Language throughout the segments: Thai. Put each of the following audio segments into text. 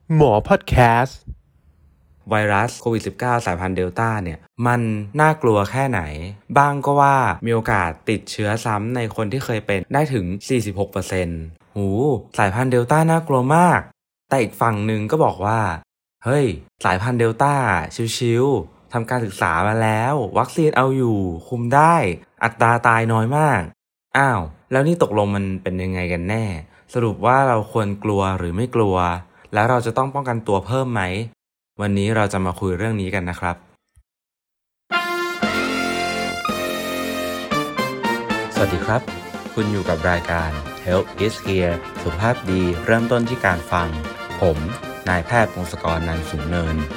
หมอพอดแคสต์ไวรัสโควิด -19 สายพันธุ์เดลต้าเนี่ยมันน่ากลัวแค่ไหนบ้างก็ว่ามีโอกาสติดเชื้อซ้ำในคนที่เคยเป็นได้ถึง 46% หูสายพันธุ์เดลต้าน่ากลัวมากแต่อีกฝั่งหนึ่งก็บอกว่าเฮ้ยสายพันธุ์เดลต้าชิวๆทำการศึกษามาแล้ววัคซีนเอาอยู่คุมได้อัตราตายน้อยมากอ้าวแล้วนี่ตกลงมันเป็นยังไงกันแน่สรุปว่าเราควรกลัวหรือไม่กลัวแล้วเราจะต้องป้องกันตัวเพิ่มไหมวันนี้เราจะมาคุยเรื่องนี้กันนะครับสวัสดีครับคุณอยู่กับรายการ Health is Here สุขภาพดีเริ่มต้นที่การฟังผมนายแพทย์พงศกร นันท์สูงเนิน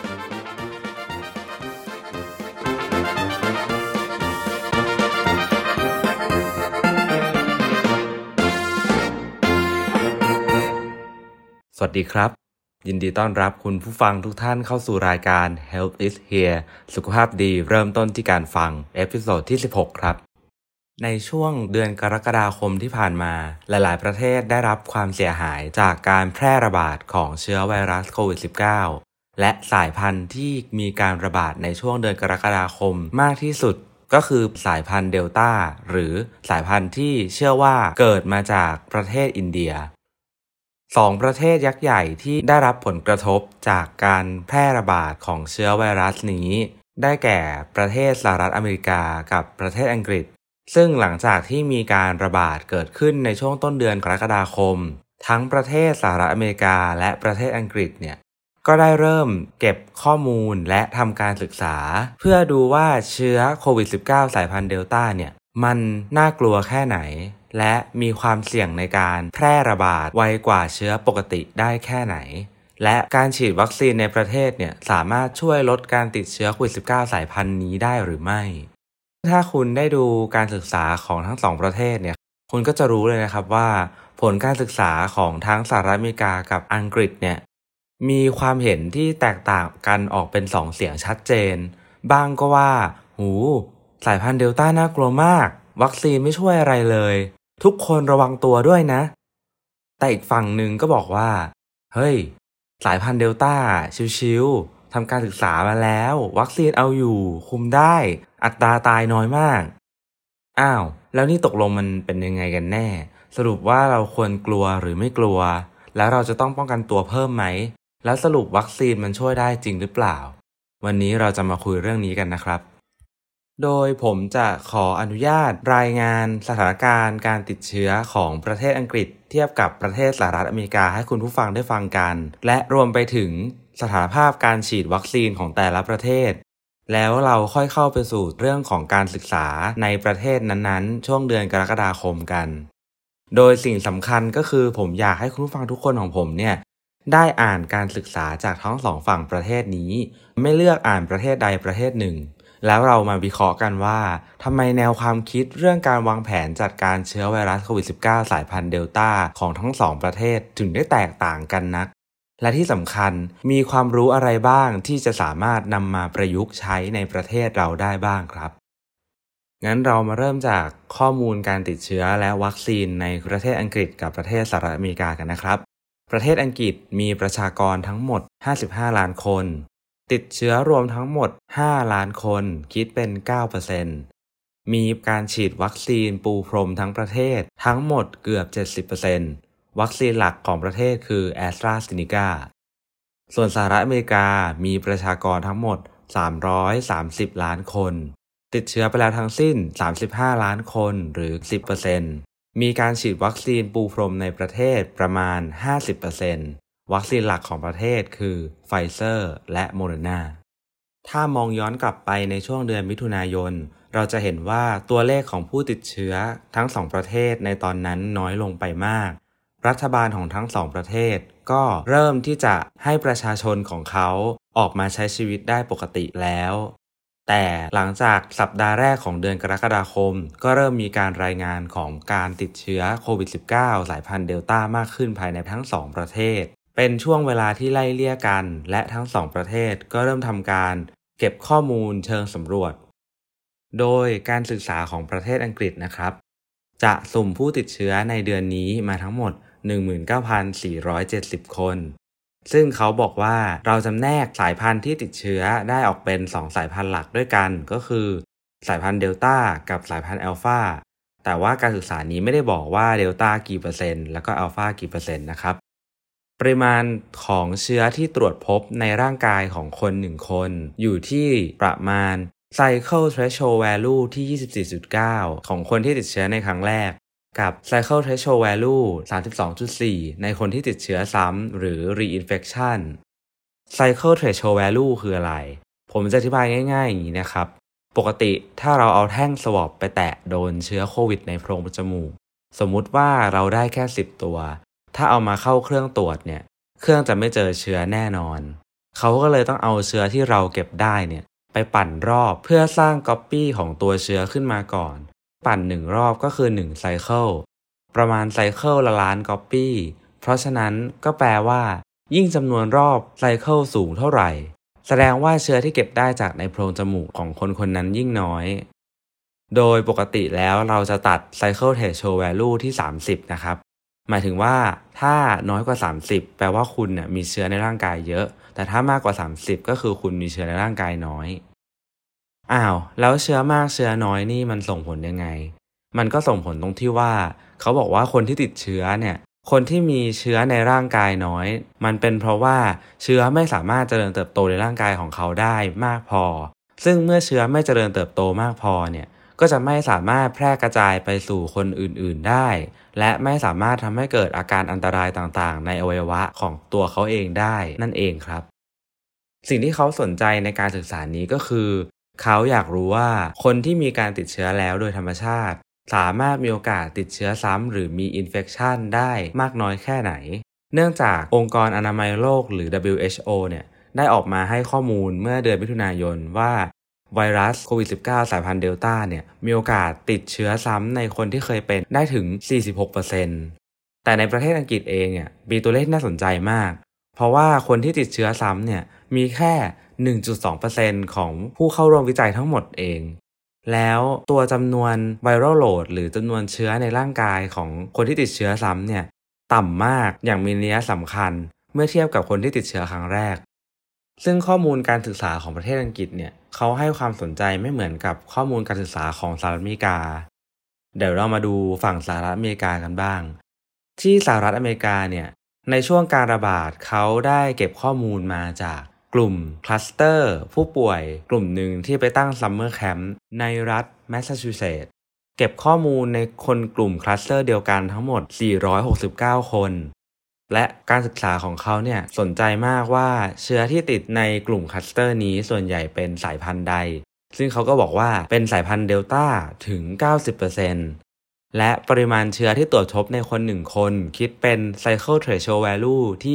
สวัสดีครับยินดีต้อนรับคุณผู้ฟังทุกท่านเข้าสู่รายการ Health is Here สุขภาพดีเริ่มต้นที่การฟังเอพิโซดที่16ครับในช่วงเดือนกรกฎาคมที่ผ่านมาหลายๆประเทศได้รับความเสียหายจากการแพร่ระบาดของเชื้อไวรัสโควิด -19 และสายพันธุ์ที่มีการระบาดในช่วงเดือนกรกฎาคมมากที่สุดก็คือสายพันธุ์เดลต้าหรือสายพันธุ์ที่เชื่อว่าเกิดมาจากประเทศอินเดีย2ประเทศยักษ์ใหญ่ที่ได้รับผลกระทบจากการแพร่ระบาดของเชื้อไวรัสนี้ได้แก่ประเทศสหรัฐอเมริกากับประเทศอังกฤษซึ่งหลังจากที่มีการระบาดเกิดขึ้นในช่วงต้นเดือนกรกฎาคมทั้งประเทศสหรัฐอเมริกาและประเทศอังกฤษเนี่ยก็ได้เริ่มเก็บข้อมูลและทำการศึกษาเพื่อดูว่าเชื้อโควิด -19 สายพันธุ์เดลต้าเนี่ยมันน่ากลัวแค่ไหนและมีความเสี่ยงในการแพร่ระบาดไวกว่าเชื้อปกติได้แค่ไหนและการฉีดวัคซีนในประเทศเนี่ยสามารถช่วยลดการติดเชื้อโควิด -19 สายพันธุ์นี้ได้หรือไม่ถ้าคุณได้ดูการศึกษาของทั้งสองประเทศเนี่ยคุณก็จะรู้เลยนะครับว่าผลการศึกษาของทั้งสหรัฐอเมริกากับอังกฤษเนี่ยมีความเห็นที่แตกต่างกันออกเป็น2เสียงชัดเจนบ้างก็ว่าหูสายพันธุ์เดลต้าน่ากลัวมากวัคซีนไม่ช่วยอะไรเลยทุกคนระวังตัวด้วยนะแต่อีกฝั่งหนึ่งก็บอกว่าเฮ้ยสายพันธุ์เดลต้าชิวๆทำการศึกษามาแล้ววัคซีนเอาอยู่คุมได้อัตราตายน้อยมากอ้าวแล้วนี่ตกลงมันเป็นยังไงกันแน่สรุปว่าเราควรกลัวหรือไม่กลัวแล้วเราจะต้องป้องกันตัวเพิ่มไหมแล้วสรุปวัคซีนมันช่วยได้จริงหรือเปล่าวันนี้เราจะมาคุยเรื่องนี้กันนะครับโดยผมจะขออนุญาตรายงานสถานการณ์การติดเชื้อของประเทศอังกฤษเทียบกับประเทศสหรัฐอเมริกาให้คุณผู้ฟังได้ฟังกันและรวมไปถึงสถานภาพการฉีดวัคซีนของแต่ละประเทศแล้วเราค่อยเข้าไปสู่เรื่องของการศึกษาในประเทศนั้นๆช่วงเดือนกรกฎาคมกันโดยสิ่งสำคัญก็คือผมอยากให้คุณผู้ฟังทุกคนของผมเนี่ยได้อ่านการศึกษาจากทั้งสองฝั่งประเทศนี้ไม่เลือกอ่านประเทศใดประเทศหนึ่งแล้วเรามาวิเคราะห์กันว่าทำไมแนวความคิดเรื่องการวางแผนจัดการเชื้อไวรัสโควิด -19 สายพันธุ์เดลต้าของทั้งสองประเทศถึงได้แตกต่างกันนักและที่สำคัญมีความรู้อะไรบ้างที่จะสามารถนำมาประยุกต์ใช้ในประเทศเราได้บ้างครับงั้นเรามาเริ่มจากข้อมูลการติดเชื้อและวัคซีนในประเทศอังกฤษกับประเทศสหรัฐอเมริกากันนะครับประเทศอังกฤษมีประชากรทั้งหมด55ล้านคนติดเชื้อรวมทั้งหมด5ล้านคนคิดเป็น 9% มีการฉีดวัคซีนปูพรมทั้งประเทศทั้งหมดเกือบ 70% วัคซีนหลักของประเทศคือ AstraZeneca ส่วนสหรัฐอเมริกามีประชากรทั้งหมด330ล้านคนติดเชื้อไปแล้วทั้งสิ้น35ล้านคนหรือ 10% มีการฉีดวัคซีนปูพรมในประเทศประมาณ 50%วัคซีนหลักของประเทศคือไฟเซอร์และโมเดอร์นาถ้ามองย้อนกลับไปในช่วงเดือนมิถุนายนเราจะเห็นว่าตัวเลขของผู้ติดเชื้อทั้งสองประเทศในตอนนั้นน้อยลงไปมากรัฐบาลของทั้งสองประเทศก็เริ่มที่จะให้ประชาชนของเขาออกมาใช้ชีวิตได้ปกติแล้วแต่หลังจากสัปดาห์แรกของเดือนกรกฎาคมก็เริ่มมีการรายงานของการติดเชื้อโควิด -19 สายพันธุ์เดลต้ามากขึ้นภายในทั้งสองประเทศเป็นช่วงเวลาที่ไล่เลี่ยกันและทั้งสองประเทศก็เริ่มทำการเก็บข้อมูลเชิงสำรวจโดยการศึกษาของประเทศอังกฤษนะครับจะสุ่มผู้ติดเชื้อในเดือนนี้มาทั้งหมด 19,470 คนซึ่งเขาบอกว่าเราจำแนกสายพันธุ์ที่ติดเชื้อได้ออกเป็น2สายพันธุ์หลักด้วยกันก็คือสายพันธุ์เดลต้ากับสายพันธุ์อัลฟาแต่ว่าการศึกษานี้ไม่ได้บอกว่าเดลต้ากี่เปอร์เซ็นต์แล้วก็อัลฟากี่เปอร์เซ็นต์นะครับปริมาณของเชื้อที่ตรวจพบในร่างกายของคน1คนอยู่ที่ประมาณ Cycle Threshold Value ที่ 24.9 ของคนที่ติดเชื้อในครั้งแรกกับ Cycle Threshold Value 32.4 ในคนที่ติดเชื้อซ้ำหรือ Reinfection Cycle Threshold Value คืออะไรผมจะอธิบายง่ายๆอย่างนี้นะครับปกติถ้าเราเอาแท่งสวอปไปแตะโดนเชื้อโควิดในโพรงจมูกสมมุติว่าเราได้แค่10ตัวถ้าเอามาเข้าเครื่องตรวจเนี่ยเครื่องจะไม่เจอเชื้อแน่นอนเขาก็เลยต้องเอาเชื้อที่เราเก็บได้เนี่ยไปปั่นรอบเพื่อสร้างก๊อปปี้ของตัวเชื้อขึ้นมาก่อนปั่น1รอบก็คือ1ไซเคิลประมาณไซเคิลละล้านก๊อปปี้เพราะฉะนั้นก็แปลว่ายิ่งจำนวนรอบไซเคิลสูงเท่าไหร่แสดงว่าเชื้อที่เก็บได้จากในโพรงจมูกของคนคนนั้นยิ่งน้อยโดยปกติแล้วเราจะตัด Cycle Threshold Value ที่30นะครับหมายถึงว่าถ้าน้อยกว่า30แปลว่าคุณเนี่ยมีเชื้อในร่างกายเยอะแต่ถ้ามากกว่า30ก็คือคุณมีเชื้อในร่างกายน้อยแล้วเชื้อมากเชื้อน้อยนี่มันส่งผลยังไงมันก็ส่งผลตรงที่ว่าเขาบอกว่าคนที่ติดเชื้อเนี่ยคนที่มีเชื้อในร่างกายน้อยมันเป็นเพราะว่าเชื้อไม่สามารถเจริญเติบโตในร่างกายของเขาได้มากพอซึ่งเมื่อเชื้อไม่เจริญเติบโตมากพอเนี่ยก็จะไม่สามารถแพร่กระจายไปสู่คนอื่นๆได้และไม่สามารถทำให้เกิดอาการอันตรายต่างๆในอวัยวะของตัวเขาเองได้นั่นเองครับสิ่งที่เขาสนใจในการศึกษานี้ก็คือเขาอยากรู้ว่าคนที่มีการติดเชื้อแล้วโดยธรรมชาติสามารถมีโอกาสติดเชื้อซ้ำหรือมีอินเฟคชันได้มากน้อยแค่ไหนเนื่องจากองค์กรอนามัยโลกหรือ WHO เนี่ยได้ออกมาให้ข้อมูลเมื่อเดือนมิถุนายนว่าไวรัสโควิด -19 สายพันธุ์เดลต้าเนี่ยมีโอกาสติดเชื้อซ้ำในคนที่เคยเป็นได้ถึง 46% แต่ในประเทศอังกฤษเองเนี่ยมีตัวเลขน่าสนใจมากเพราะว่าคนที่ติดเชื้อซ้ำเนี่ยมีแค่ 1.2% ของผู้เข้าร่วมวิจัยทั้งหมดเองแล้วตัวจำนวนไวรัลโหลดหรือจำนวนเชื้อในร่างกายของคนที่ติดเชื้อซ้ำเนี่ยต่ำมากอย่างมีนัยสำคัญเมื่อเทียบกับคนที่ติดเชื้อครั้งแรกซึ่งข้อมูลการศึกษาของประเทศอังกฤษเนี่ยเขาให้ความสนใจไม่เหมือนกับข้อมูลการศึกษาของสหรัฐอเมริกาเดี๋ยวเรามาดูฝั่งสหรัฐอเมริกากันบ้างที่สหรัฐอเมริกาเนี่ยในช่วงการระบาดเขาได้เก็บข้อมูลมาจากกลุ่มคลัสเตอร์ผู้ป่วยกลุ่มหนึ่งที่ไปตั้งซัมเมอร์แคมป์ในรัฐแมสซาชูเซตส์เก็บข้อมูลในคนกลุ่มคลัสเตอร์เดียวกันทั้งหมด469คนและการศึกษาของเขาเนี่ยสนใจมากว่าเชื้อที่ติดในกลุ่มคลัสเตอร์นี้ส่วนใหญ่เป็นสายพันธุ์ใดซึ่งเขาก็บอกว่าเป็นสายพันธุ์เดลต้าถึง 90%และปริมาณเชื้อที่ตรวจพบในคน1คนคิดเป็น Cycle Threshold Value ที่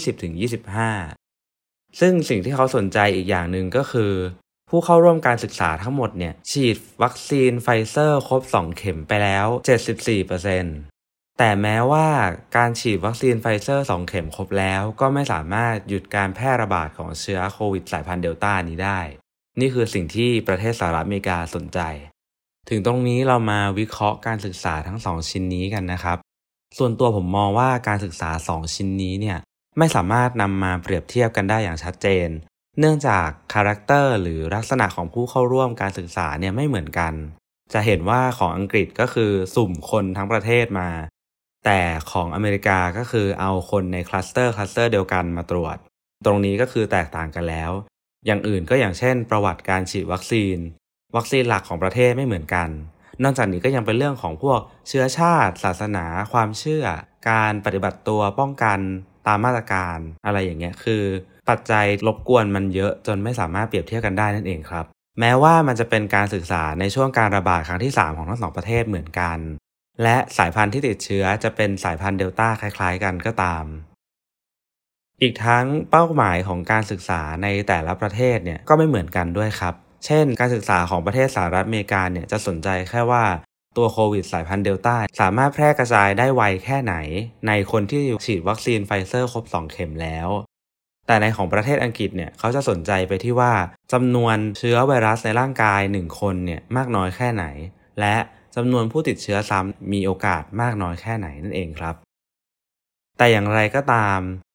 20-25 ซึ่งสิ่งที่เขาสนใจอีกอย่างหนึ่งก็คือผู้เข้าร่วมการศึกษาทั้งหมดเนี่ยฉีดวัคซีนไฟเซอร์ครบ2เข็มไปแล้ว 74%แต่แม้ว่าการฉีดวัคซีนไฟเซอร์2เข็มครบแล้วก็ไม่สามารถหยุดการแพร่ระบาดของเชื้อโควิดสายพันธุ์เดลต้านี้ได้นี่คือสิ่งที่ประเทศสหรัฐอเมริกาสนใจถึงตรงนี้เรามาวิเคราะห์การศึกษาทั้ง2ชิ้นนี้กันนะครับส่วนตัวผมมองว่าการศึกษา2ชิ้นนี้เนี่ยไม่สามารถนำมาเปรียบเทียบกันได้อย่างชัดเจนเนื่องจากคาแรคเตอร์หรือลักษณะของผู้เข้าร่วมการศึกษาเนี่ยไม่เหมือนกันจะเห็นว่าของอังกฤษก็คือสุ่มคนทั้งประเทศมาแต่ของอเมริกาก็คือเอาคนในคลัสเตอร์เดียวกันมาตรวจตรงนี้ก็คือแตกต่างกันแล้วอย่างอื่นก็อย่างเช่นประวัติการฉีดวัคซีนหลักของประเทศไม่เหมือนกันนอกจากนี้ก็ยังเป็นเรื่องของพวกเชื้อชาติศาสนาความเชื่อการปฏิบัติตัวป้องกันตามมาตรการอะไรอย่างเงี้ยคือปัจจัยรบกวนมันเยอะจนไม่สามารถเปรียบเทียบกันได้นั่นเองครับแม้ว่ามันจะเป็นการศึกษาในช่วงการระบาดครั้งที่3ของทั้ง2ประเทศเหมือนกันและสายพันธุ์ที่ติดเชื้อจะเป็นสายพันธุ์เดลต้าคล้ายๆกันก็ตามอีกทั้งเป้าหมายของการศึกษาในแต่ละประเทศเนี่ยก็ไม่เหมือนกันด้วยครับเช่นการศึกษาของประเทศสหรัฐอเมริกาเนี่ยจะสนใจแค่ว่าตัวโควิดสายพันธุ์เดลต้าสามารถแพร่กระจายได้ไวแค่ไหนในคนที่ฉีดวัคซีนไฟเซอร์ครบ2เข็มแล้วแต่ในของประเทศอังกฤษเนี่ยเขาจะสนใจไปที่ว่าจำนวนเชื้อไวรัสในร่างกาย1คนเนี่ยมากน้อยแค่ไหนและจำนวนผู้ติดเชื้อซ้ำมีโอกาสมากน้อยแค่ไหนนั่นเองครับแต่อย่างไรก็ตาม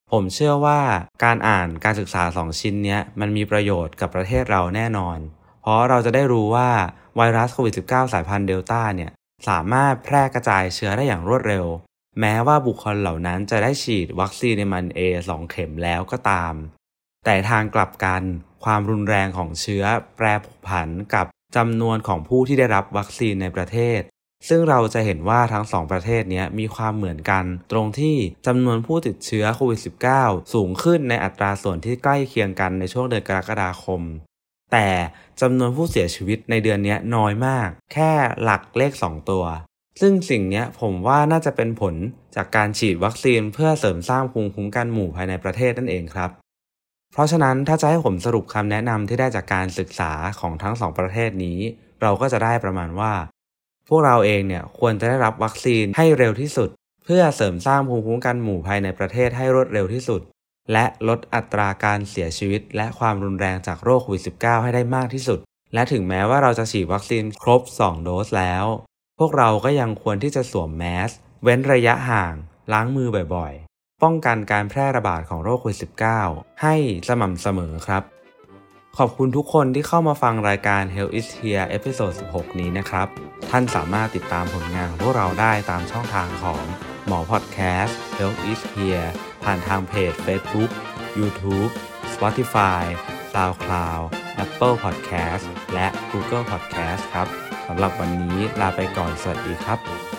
ผมเชื่อว่าการอ่านการศึกษา2ชิ้นเนี้ยมันมีประโยชน์กับประเทศเราแน่นอนเพราะเราจะได้รู้ว่าไวรัสโควิด -19 สายพันธุ์เดลต้าเนี่ยสามารถแพร่กระจายเชื้อได้อย่างรวดเร็วแม้ว่าบุคคลเหล่านั้นจะได้ฉีดวัคซีนใน2 เข็มแล้วก็ตามแต่ทางกลับกันความรุนแรงของเชื้อแปรผันกับจำนวนของผู้ที่ได้รับวัคซีนในประเทศซึ่งเราจะเห็นว่าทั้ง2ประเทศนี้มีความเหมือนกันตรงที่จำนวนผู้ติดเชื้อโควิด -19 สูงขึ้นในอัตราส่วนที่ใกล้เคียงกันในช่วงเดือนกรกฎาคมแต่จำนวนผู้เสียชีวิตในเดือนนี้น้อยมากแค่หลักเลข2ตัวซึ่งสิ่งนี้ผมว่าน่าจะเป็นผลจากการฉีดวัคซีนเพื่อเสริมสร้างภูมิคุ้มกันหมู่ภายในประเทศนั่นเองครับเพราะฉะนั้นถ้าจะให้ผมสรุปคำแนะนำที่ได้จากการศึกษาของทั้ง2ประเทศนี้เราก็จะได้ประมาณว่าพวกเราเองเนี่ยควรจะได้รับวัคซีนให้เร็วที่สุดเพื่อเสริมสร้างภูมิคุ้มกันหมู่ภายในประเทศให้รวดเร็วที่สุดและลดอัตราการเสียชีวิตและความรุนแรงจากโรคโควิด -19 ให้ได้มากที่สุดและถึงแม้ว่าเราจะฉีดวัคซีนครบ2โดสแล้วพวกเราก็ยังควรที่จะสวมแมสเว้นระยะห่างล้างมือบ่อยๆป้องกันการแพร่ระบาดของโรคโควิด -19 ให้สม่ำเสมอครับขอบคุณทุกคนที่เข้ามาฟังรายการ Health is Here เอพิโซด 16 นี้นะครับท่านสามารถติดตามผลงานของพวกเราได้ตามช่องทางของหมอพอดแคสต์ Health is Here ผ่านทางเพจ Facebook YouTube Spotify SoundCloud Apple Podcast และ Google Podcast ครับสำหรับวันนี้ลาไปก่อนสวัสดีครับ